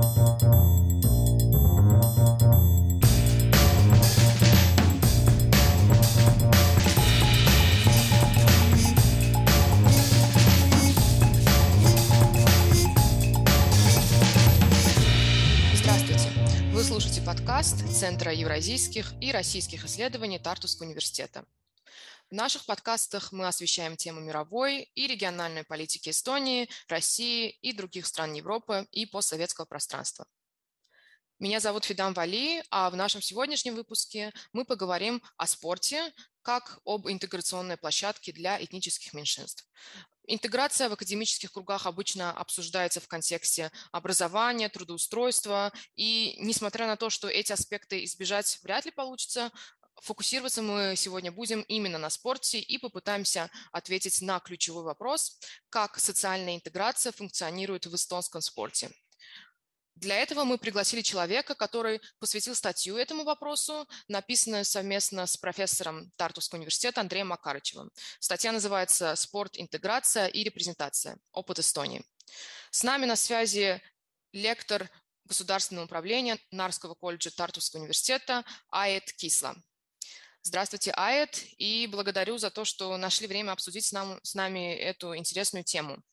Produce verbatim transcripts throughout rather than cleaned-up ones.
Здравствуйте! Вы слушаете подкаст Центра евразийских и российских исследований Тартусского университета. В наших подкастах мы освещаем темы мировой и региональной политики Эстонии, России и других стран Европы и постсоветского пространства. Меня зовут Фидан Вали, а в нашем сегодняшнем выпуске мы поговорим о спорте как об интеграционной площадке для этнических меньшинств. Интеграция в академических кругах обычно обсуждается в контексте образования, трудоустройства, и несмотря на то, что эти аспекты избежать вряд ли получится, фокусироваться мы сегодня будем именно на спорте и попытаемся ответить на ключевой вопрос, как социальная интеграция функционирует в эстонском спорте. Для этого мы пригласили человека, который посвятил статью этому вопросу, написанную совместно с профессором Тартусского университета Андреем Макарычевым. Статья называется «Спорт, интеграция и репрезентация. Опыт Эстонии». С нами на связи лектор государственного управления Нарского колледжа Тартусского университета Аид Кисла. Здравствуйте, Аид, и благодарю за то, что нашли время обсудить с, нам, с нами эту интересную тему.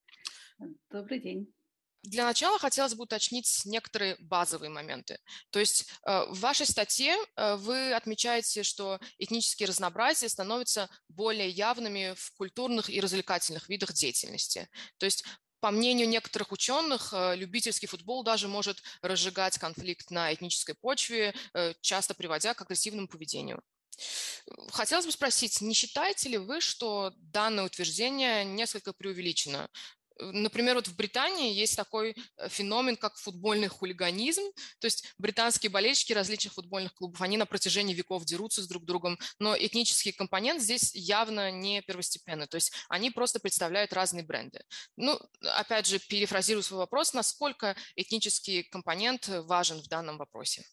Добрый день. Для начала хотелось бы уточнить некоторые базовые моменты. То есть в вашей статье вы отмечаете, что этнические разнообразия становятся более явными в культурных и развлекательных видах деятельности. То есть, по мнению некоторых ученых, любительский футбол даже может разжигать конфликт на этнической почве, часто приводя к агрессивному поведению. Хотелось бы спросить, не считаете ли вы, что данное утверждение несколько преувеличено? Например, вот в Британии есть такой феномен, как футбольный хулиганизм, то есть британские болельщики различных футбольных клубов, они на протяжении веков дерутся с друг другом, но этнический компонент здесь явно не первостепенный, то есть они просто представляют разные бренды. Ну, опять же, перефразирую свой вопрос, насколько этнический компонент важен в данном вопросе?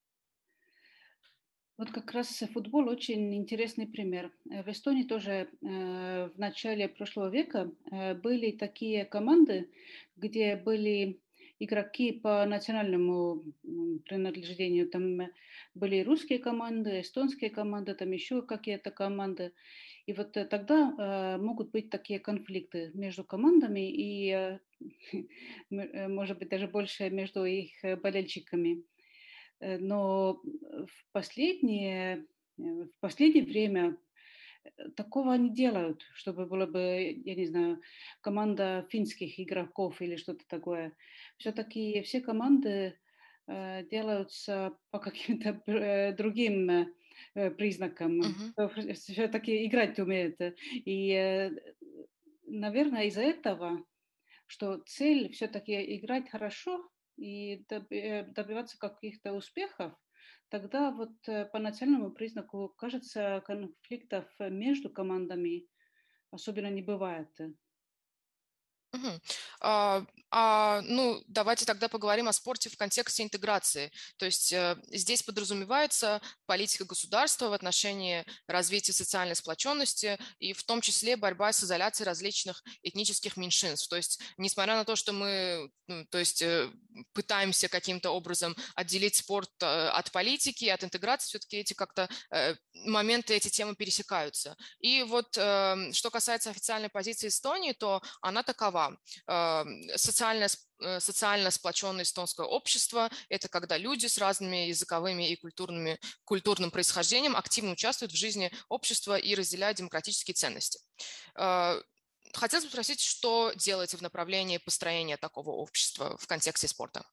Вот как раз футбол очень интересный пример. В Эстонии тоже э, в начале прошлого века э, были такие команды, где были игроки по национальному принадлежению. Там были русские команды, эстонские команды, там еще какие-то команды. И вот тогда э, могут быть такие конфликты между командами и, э, может быть, даже больше между их болельщиками. Но в последнее, в последнее время такого не делают, чтобы было бы, я не знаю, команда финских игроков или что-то такое. Все-таки все команды делаются по каким-то другим признакам. Uh-huh. Все-таки играть умеют. И, наверное, из-за этого, что цель все-таки играть хорошо, и добиваться каких-то успехов, тогда вот по национальному признаку, кажется, конфликтов между командами особенно не бывает. Угу. А, а, ну, давайте тогда поговорим о спорте в контексте интеграции. То есть э, здесь подразумевается политика государства в отношении развития социальной сплоченности и в том числе борьба с изоляцией различных этнических меньшинств. То есть, несмотря на то, что мы ну, то есть, э, пытаемся каким-то образом отделить спорт э, от политики, от интеграции, все-таки эти как-то э, моменты, эти темы пересекаются. И вот э, что касается официальной позиции Эстонии, то она такова. Социальное, социально сплоченное эстонское общество – это когда люди с разными языковыми и культурными, культурным происхождением активно участвуют в жизни общества и разделяют демократические ценности. Хотелось бы спросить, что делаете в направлении построения такого общества в контексте спорта?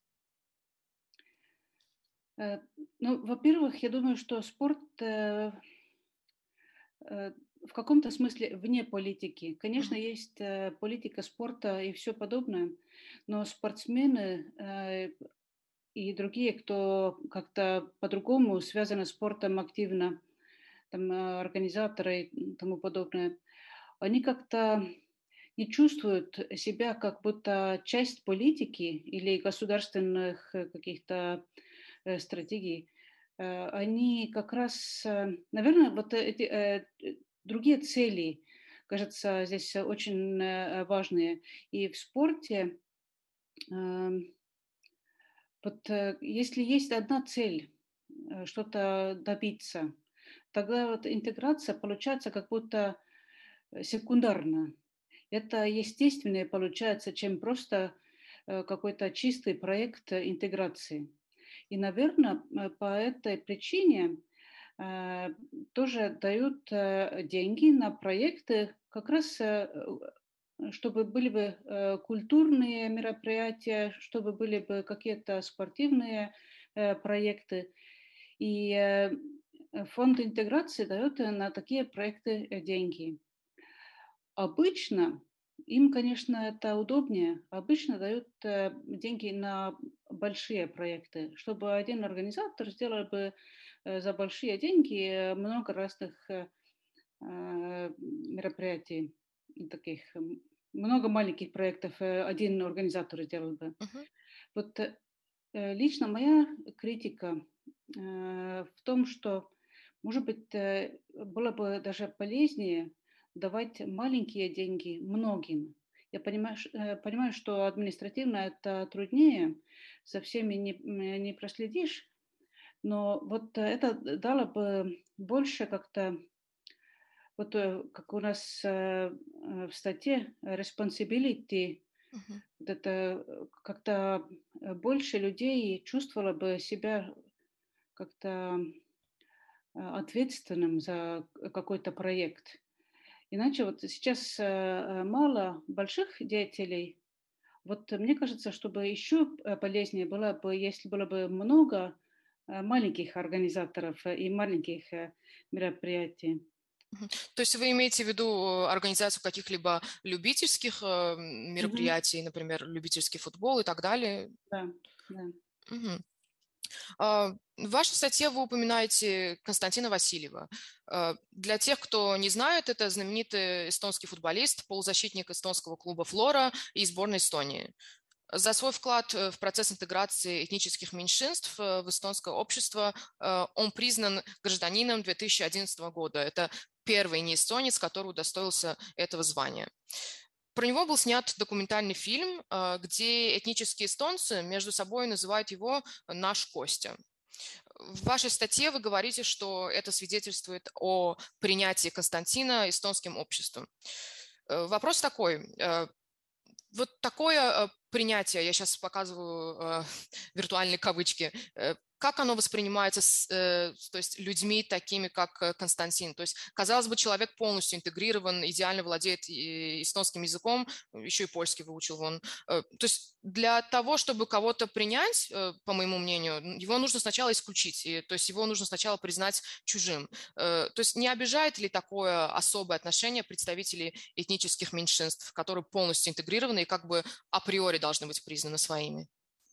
Ну, во-первых, я думаю, что спорт в каком-то смысле вне политики. Конечно, uh-huh. есть э, политика спорта и все подобное, но спортсмены э, и другие, кто как-то по-другому связаны с спортом активно, там, организаторы и тому подобное, они как-то не чувствуют себя как будто часть политики или государственных каких-то э, стратегий. Э, они как раз, э, наверное, вот эти э, другие цели, кажется, здесь очень важные. И в спорте Вот э, если есть одна цель, э, что-то добиться, тогда вот интеграция получается как будто э, секундарно. Это естественнее получается, чем просто э, какой-то чистый проект э, интеграции. И, наверное, по этой причине э, тоже дают э, деньги на проекты как раз э, чтобы были бы э, культурные мероприятия, чтобы были бы какие-то спортивные э, проекты. И э, фонд интеграции дает э, на такие проекты э, деньги. Обычно им, конечно, это удобнее. Обычно дают э, деньги на большие проекты, чтобы один организатор сделал бы э, за большие деньги э, много разных э, э, мероприятий, таких м, много маленьких проектов э, один организатор сделал бы. Мгм. Вот э, лично моя критика э, в том, что, может быть, э, было бы даже полезнее давать маленькие деньги многим. Я понимаю, ш- э, понимаю, что административно это труднее, со всеми не, м, не проследишь, но вот э, это дало бы больше как-то вот э, как у нас э, э, в статье responsibility, Мгм. вот это э, как-то э, больше людей чувствовало бы себя как-то э, ответственным за какой-то проект. Иначе вот сейчас э, э, мало больших деятелей. Вот мне кажется, чтобы еще э, полезнее было бы, если было бы много э, маленьких организаторов э, и маленьких э, мероприятий. Мгм. То есть вы имеете в виду э, организацию каких-либо любительских э, м, Мгм. мероприятий, например, любительский футбол и так далее? Да, да. Мгм. А, В вашей статье вы упоминаете Константина Васильева. Э, Для тех, кто не знает, это знаменитый эстонский футболист, полузащитник эстонского клуба «Флора» и сборной Эстонии. За свой вклад э, в процесс интеграции этнических меньшинств э, в эстонское общество э, он признан гражданином две тысячи одиннадцатого года. Это первый неэстонец, который удостоился этого звания. Про него был снят документальный фильм, э, где этнические эстонцы между собой называют его «наш Костя». В вашей статье вы говорите, что это свидетельствует о принятии Константина эстонским обществом. Э, Вопрос такой. э, Вот такое э, принятие, я сейчас показываю э, виртуальные кавычки, э, как оно воспринимается с, э, то есть людьми такими, как э, Константин? То есть, казалось бы, человек полностью интегрирован, идеально владеет и эстонским языком, еще и польский выучил он. Э, То есть для того, чтобы кого-то принять, э, по моему мнению, н- его нужно сначала исключить, и, то есть его нужно сначала признать чужим. Э, То есть не обижает ли такое особое отношение представителей этнических меньшинств, которые полностью интегрированы и как бы априори должны быть признаны своими?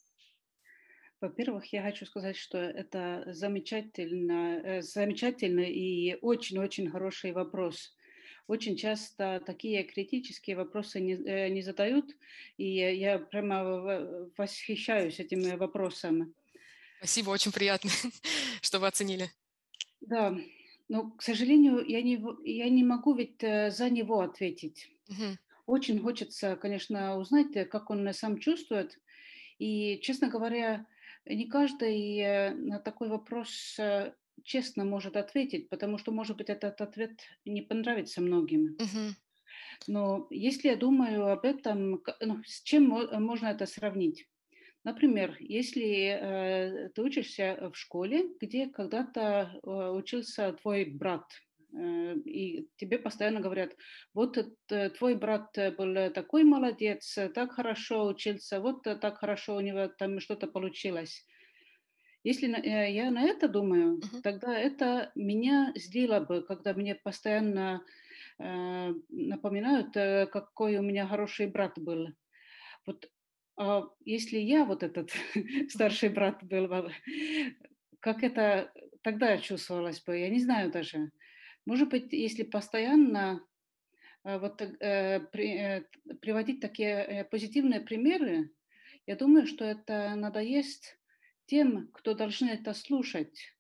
Во-первых, я хочу сказать, что это замечательно, э, замечательный и очень-очень хороший вопрос. Очень часто такие критические вопросы не, э, не задают, и я прямо в- восхищаюсь этим вопросом. Спасибо, очень приятно, что вы оценили. Да, но, к сожалению, я не, в- я не могу ведь э, за него ответить. Мгм. Очень хочется, конечно, узнать, э, как он сам чувствует. И, честно говоря, не каждый э, на такой вопрос э, честно может ответить, потому что, может быть, этот ответ не понравится многим. Мгм. Но если я думаю об этом, к- ну, с чем мо- можно это сравнить? Например, если э, ты учишься в школе, где когда-то э, учился твой брат, э, и тебе постоянно говорят, вот э, твой брат э, был э, такой молодец, э, так хорошо учился, вот э, так хорошо у него там что-то получилось. Если на- э, я на это думаю, Мгм. тогда это меня злило бы, когда мне постоянно э, напоминают, э, какой у меня хороший брат был. Вот, а если я вот этот Мгм. старший брат был, бы, как это тогда чувствовалось бы, я не знаю даже. Может быть, если постоянно э, вот так, э, при- э, приводить такие э, позитивные примеры, я думаю, что это надоест тем, кто должны это слушать.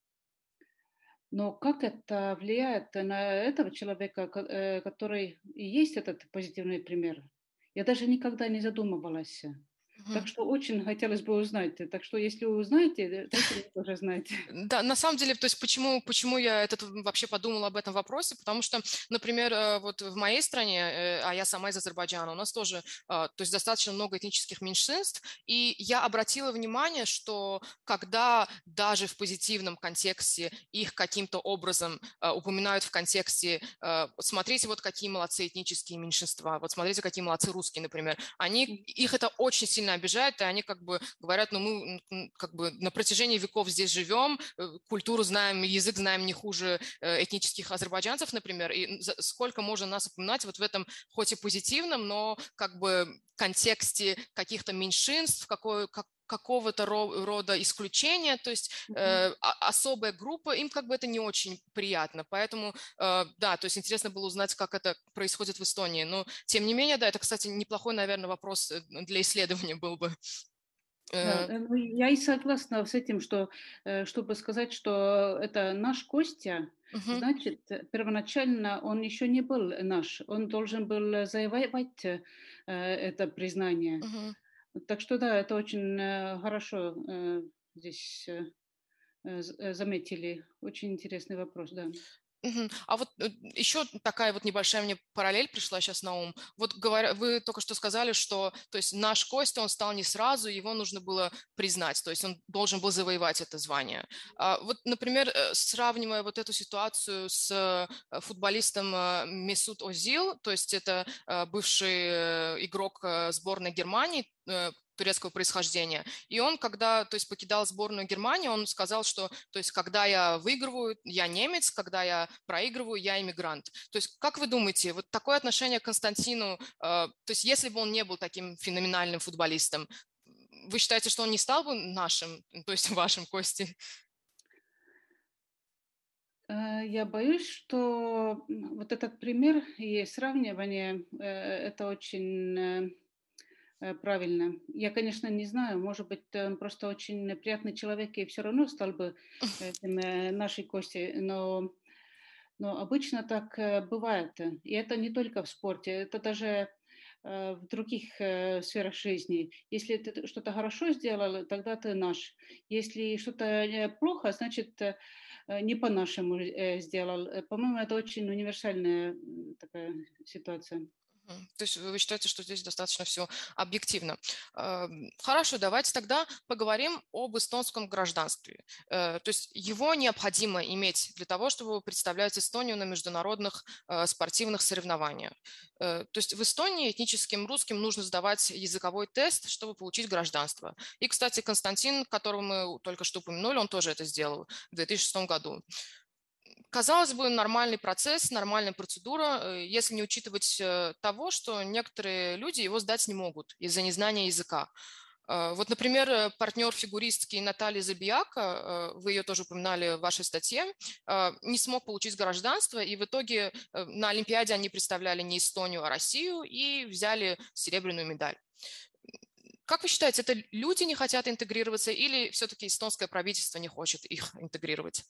Но как это влияет на этого человека, ко- э, который и есть этот позитивный пример? Я даже никогда не задумывалась. Так что очень хотелось бы узнать. Так что если вы узнаете, дайте мне тоже знать. Да, на самом деле, то есть почему, почему я этот вообще подумала об этом вопросе, потому что, например, э, вот в моей стране, э, а я сама из Азербайджана, у нас тоже, а, то есть достаточно много этнических меньшинств, и я обратила внимание, что когда даже в позитивном контексте их каким-то образом а, упоминают в контексте, а, вот смотрите, вот какие молодцы этнические меньшинства, вот смотрите, какие молодцы русские, например, они, их это очень сильно обижает, и они как бы говорят, ну мы м, как бы на протяжении веков здесь живем, э, культуру знаем, язык знаем не хуже э, этнических азербайджанцев, например, и сколько можно нас упоминать вот в этом, хоть и позитивном, но как бы контексте каких-то меньшинств, какой, как, какого-то рода исключения, то есть э, особая группа, им как бы это не очень приятно. Поэтому, э, да, то есть интересно было узнать, как это происходит в Эстонии. Но, тем не менее, да, это, кстати, неплохой, наверное, вопрос для исследования был бы. Да, Э, э, ну, я и согласна с этим, что, э, чтобы сказать, что это наш Костя, мгм, значит, э, первоначально он еще не был наш, он должен был завоевать э, это признание. мгм. Так что да, это очень э, хорошо э, здесь э, э, з- э, заметили. Очень интересный вопрос, да. Мгм. А вот э, еще такая вот небольшая мне параллель пришла сейчас на ум. Вот говоря, вы только что сказали, что, то есть наш Костя, он стал не сразу, его нужно было признать, то есть он должен был завоевать это звание. А вот, например, э, сравнивая вот эту ситуацию с э, футболистом э, Месут Озил, то есть это э, бывший э, игрок э, сборной Германии, э, турецкого происхождения. И он, когда, то есть, покидал сборную Германии, он сказал, что, то есть, когда я выигрываю, я немец, когда я проигрываю, я иммигрант. То есть, как вы думаете, вот такое отношение к Константину, э, то есть, если бы он не был таким феноменальным футболистом, вы считаете, что он не стал бы нашим, то есть, вашим, Костей? Э, Я боюсь, что м, вот этот пример и сравнивание, э, это очень э, э, правильно. Я, конечно, не знаю, может быть, он просто очень приятный человек и все равно стал бы этим, э, нашей Костей, но, но обычно так э, бывает. И это не только в спорте, это даже э, в других э, сферах жизни. Если ты что-то хорошо сделал, тогда ты наш. Если что-то э, плохо, значит, э, не по-нашему э, сделал. Э, По-моему, это очень универсальная м, такая ситуация. Мгм. То есть вы считаете, что здесь достаточно все объективно. Эм, Хорошо, давайте тогда поговорим об эстонском гражданстве. Э, То есть его необходимо иметь для того, чтобы представлять Эстонию на международных э, спортивных соревнованиях. Э, То есть в Эстонии этническим русским нужно сдавать языковой тест, чтобы получить гражданство. И, кстати, Константин, которого мы только что упомянули, он тоже это сделал в две тысячи шестом году. Казалось бы, нормальный процесс, нормальная процедура, э, если не учитывать э, того, что некоторые люди его сдать не могут из-за незнания языка. Э, Вот, например, э, партнер фигуристки Натальи Забияка, э, вы ее тоже упоминали в вашей статье, э, не смог получить гражданство, и в итоге э, на Олимпиаде они представляли не Эстонию, а Россию и взяли серебряную медаль. Как вы считаете, это люди не хотят интегрироваться или все-таки эстонское правительство не хочет их интегрировать?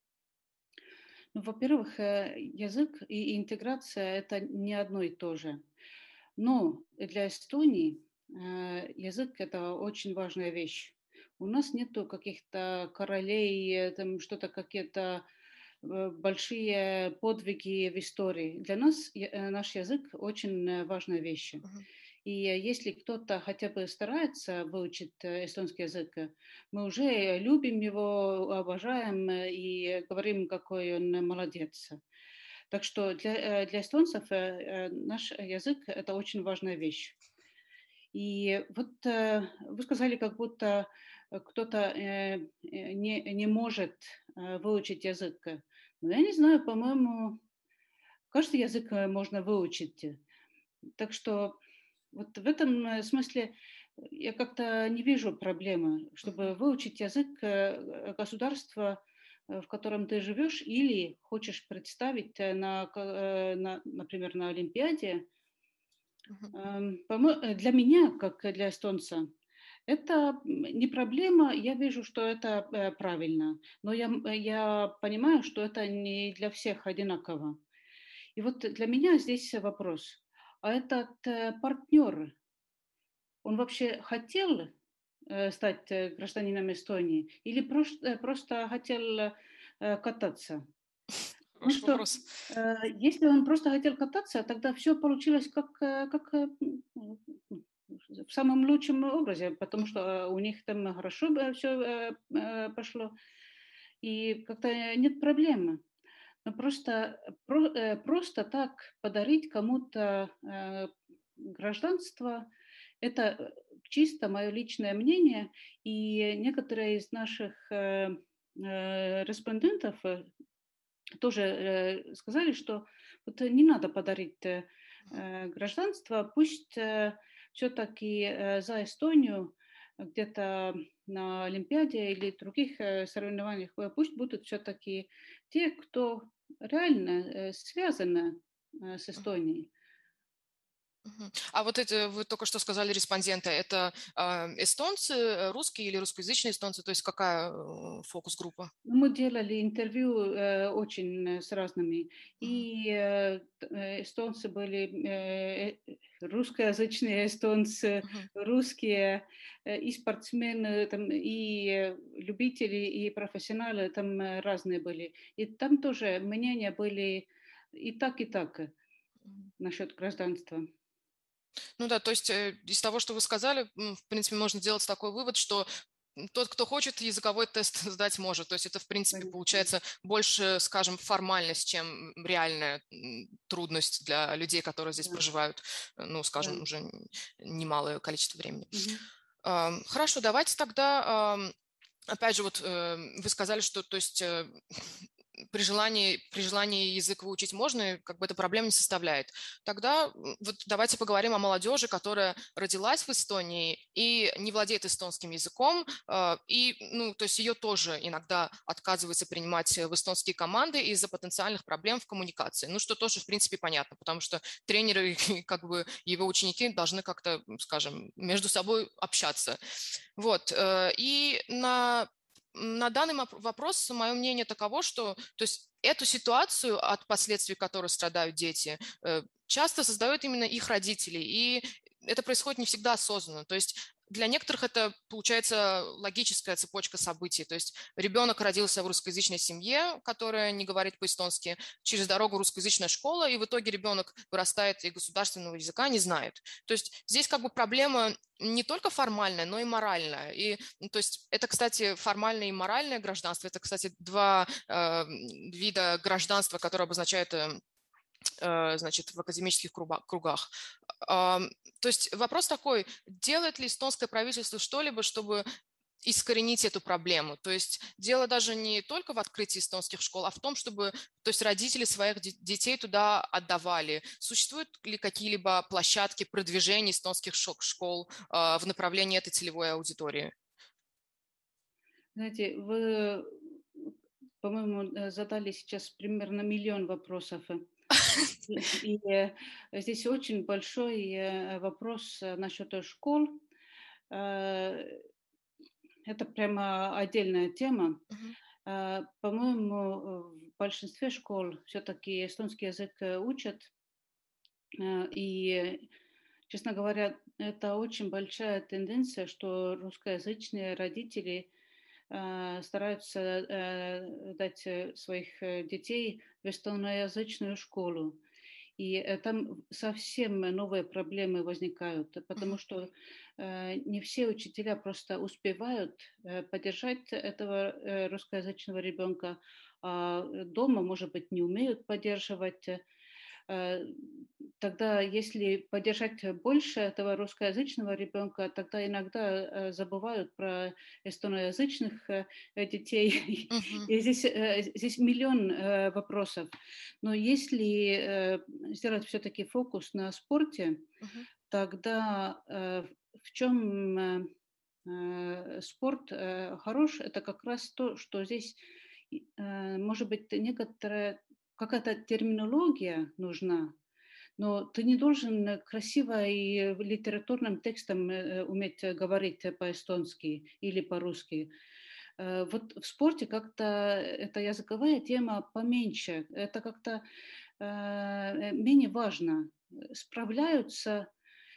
Ну, во-первых, э, язык и интеграция – это не одно и то же. Но для Эстонии э, язык – это очень важная вещь. У нас нету каких-то королей, э, там что-то, какие-то э, большие подвиги в истории. Для нас я- э, наш язык очень э, важная вещь. Мгм. И э, если кто-то хотя бы старается выучить э, эстонский язык, э, мы уже любим его, обожаем э, и говорим, какой он молодец. Так что для, э, для эстонцев э, э, наш язык – это очень важная вещь. И вот э, вы сказали, как будто э, кто-то э, э, не, не может э, выучить язык. Но я не знаю, по-моему, каждый язык э, можно выучить. Так что вот в этом э, смысле я как-то не вижу проблемы, Мгм. чтобы выучить язык э, государства, э, в котором ты живешь, или хочешь представить э, на, ка- э, на, например, на Олимпиаде. Мгм. Эм, по-мо- э, Для меня, как и для эстонца, это м, не проблема. Я вижу, что это э, правильно, но я, м, э, я понимаю, что это не для всех одинаково. И вот для меня здесь вопрос. А этот э, партнер, он вообще хотел э, стать э, гражданином Эстонии или просто, э, просто хотел э, кататься? Ну Хороший что, вопрос. э, если он просто хотел кататься, тогда все получилось как, э, как э, м, м, в самом лучшем образе, потому что Мгм. э, у них там хорошо все пошло, и как-то нет проблемы. Но просто, про- э, просто так подарить кому-то э, гражданство, это э, чисто мое личное мнение, и некоторые из наших э, э, респондентов э, тоже э, сказали, что вот не надо подарить э, э, гражданство, пусть все-таки за Эстонию где-то на Олимпиаде или других э, соревнованиях, э, пусть будут все-таки те, кто реально э, связаны э, с Мгм. Эстонией. Мгм. А вот это вы только что сказали респонденты, это а, эстонцы, э, русские или русскоязычные эстонцы, то есть какая э, фокус-группа? Ну, мы делали интервью э, очень э, с разными. Мгм. И э, т- э, эстонцы были, э, э, русскоязычные эстонцы, Мгм. русские, э, и спортсмены, там, и э, любители, и профессионалы, там э, разные были. И там тоже мнения были и так, и так э, Мгм. насчет гражданства. Ну да, то есть э, из того, что вы сказали, м, в принципе, можно сделать такой вывод, что м, тот, кто хочет, языковой тест сдать может. То есть это, в принципе, Конечно. получается больше, скажем, формальность, чем реальная м, трудность для людей, которые здесь Да, проживают, э, ну, да. скажем, уже н- немалое количество времени. Мгм. Ам, Хорошо, давайте тогда, ам, опять же, вот э, вы сказали, что, то есть, э, при желании, при желании язык выучить можно, и как бы это проблем не составляет. Тогда м, вот давайте поговорим о молодежи, которая родилась в Эстонии и не владеет эстонским языком, э, и, ну, то есть ее тоже иногда отказывается принимать в эстонские команды из-за потенциальных проблем в коммуникации. Ну, что тоже, в принципе, понятно, потому что тренеры и как бы его ученики должны как-то, скажем, между собой общаться. Вот. э, И на на данный моп- вопрос мое мнение таково, что то есть эту ситуацию, от последствий которой страдают дети, э, часто создают именно их родители. И это происходит не всегда осознанно. То есть для некоторых это получается логическая цепочка событий. То есть ребенок родился в русскоязычной семье, которая не говорит по-эстонски, через дорогу русскоязычная школа, и в итоге ребенок вырастает и государственного языка не знает. То есть здесь как бы проблема не только формальная, но и моральная. И, ну, то есть это, кстати, формальное и моральное гражданство. Это, кстати, два э, вида гражданства, которые обозначают, э, э, значит, в академических круга- кругах. Ам, То есть вопрос такой, делает ли эстонское правительство что-либо, чтобы искоренить эту проблему. То есть дело даже не только в открытии эстонских школ, а в том, чтобы, то есть родители своих де- детей туда отдавали. Существуют ли какие-либо площадки продвижения эстонских шо- школ а, в направлении этой целевой аудитории? Знаете, вы, по-моему, э, задали сейчас примерно миллион вопросов. э. И э, здесь очень большой э, вопрос э, насчет э, школ. Э, Это прямо отдельная тема. Мгм. Э, По-моему, э, в большинстве школ все-таки эстонский язык э, учат. Э, И, честно говоря, это очень большая тенденция, что русскоязычные родители э, стараются э, дать э, своих э, детей в эстоноязычную школу. И э, там совсем новые проблемы возникают, потому Мгм. что э, не все учителя просто успевают э, поддержать этого э, русскоязычного ребенка, а дома, может быть, не умеют поддерживать. Э, Тогда, если поддержать больше этого русскоязычного ребенка, тогда иногда э, забывают про эстоноязычных э, детей. Мгм. И здесь, э, здесь миллион э, вопросов. Но если э, сделать все-таки фокус на спорте, Мгм. тогда э, в чем э, э, спорт э, хорош, это как раз то, что здесь, э, может быть, некоторая какая-то терминология нужна, но ты не должен э, красиво и литературным текстом э, уметь э, говорить э, по-эстонски или по-русски. Э, Вот в спорте как-то эта языковая тема поменьше, это как-то э, менее важно. Справляются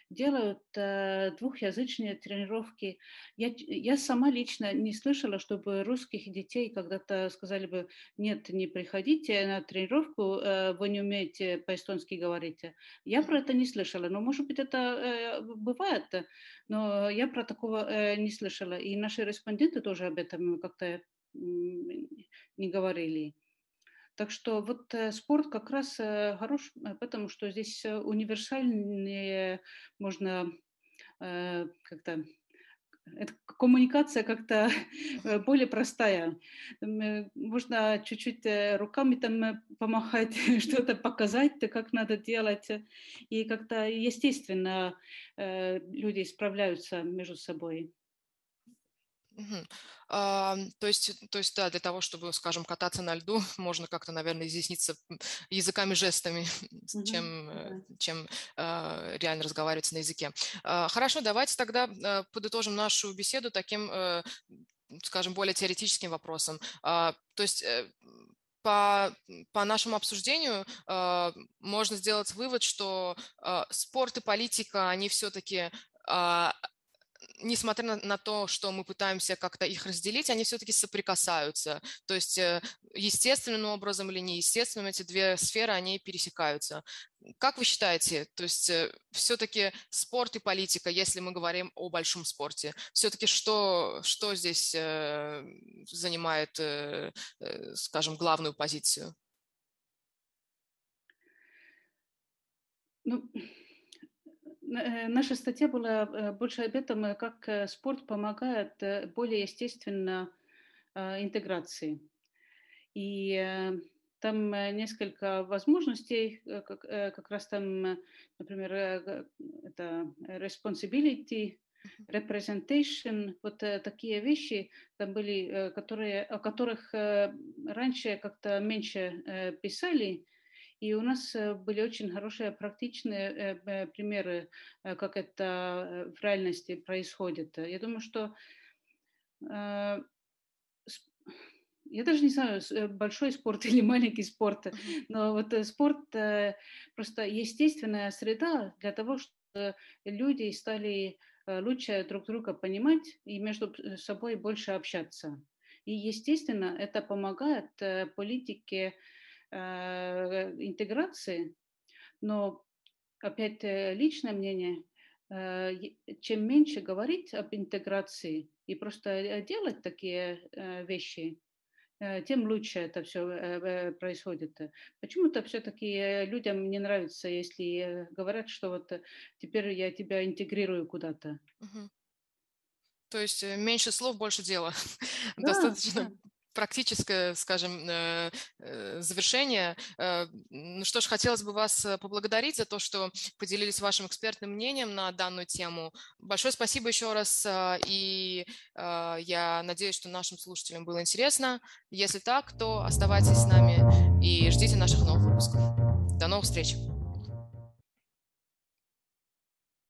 делают э, двухязычные тренировки. Я, я сама лично не слышала, чтобы русских детей когда-то сказали бы, нет, не приходите на тренировку, э, вы не умеете по-эстонски говорить. Я про это не слышала, но, может быть, это э, бывает, но я про такого э, не слышала. И наши респонденты тоже об этом как-то не говорили. Так что вот э, спорт как раз э, хорош, э, потому что здесь э, универсальные, можно э, как-то, эта коммуникация как-то э, более простая. М, э, Можно чуть-чуть э, руками там э, помахать, что-то показать, то как надо делать. э, И как-то естественно э, люди справляются между собой. Мгм. А, то есть, то есть, да, для того, чтобы, скажем, кататься на льду, можно как-то, наверное, изъясниться м, языками, жестами, с- Мгм. чем, э, Да. чем а, реально разговаривать на языке. А, Хорошо, давайте тогда а, подытожим нашу беседу таким, э, скажем, более теоретическим вопросом. А, То есть э, по, по нашему обсуждению а, можно сделать вывод, что а, спорт и политика, они все-таки, несмотря на, на то, что мы пытаемся как-то их разделить, они все-таки соприкасаются. То есть э, естественным образом или неестественным эти две сферы, они пересекаются. Как вы считаете, то есть э, все-таки спорт и политика, если мы говорим о большом спорте, все-таки что, что здесь э, занимает, э, э, скажем, главную позицию? Ну, Э, наша статья была э, больше об этом, э, как э, спорт помогает э, более естественно э, интеграции. И э, там э, несколько возможностей, э, как, э, как раз там, э, например, э, г- это responsibility, representation, вот э, такие вещи там были, э, которые, о которых э, раньше как-то меньше э, писали, и у нас э, были очень хорошие практичные э, э, примеры, э, как это э, в реальности происходит. Я думаю, что э, с- я даже не знаю, с- э, большой спорт или маленький спорт, Мгм. но вот э, спорт э, просто естественная среда для того, чтобы люди стали э, лучше друг друга понимать и между п- собой больше общаться. И, естественно, это помогает э, политике э, интеграции, но опять э, личное мнение, э, е- чем меньше говорить об интеграции и просто э, делать такие э, вещи, э, тем лучше это все происходит. Почему-то все-таки людям не нравится, если э, говорят, что вот э, теперь я тебя интегрирую куда-то. Мгм. То есть э, меньше слов, больше дела. Да, Достаточно да. практическое, скажем, э, э, завершение. Э, Ну что ж, хотелось бы вас э, поблагодарить за то, что поделились вашим экспертным мнением на данную тему. Большое спасибо еще раз, э, и э, я надеюсь, что нашим слушателям было интересно. Если так, то оставайтесь с нами и ждите наших новых выпусков. До новых встреч!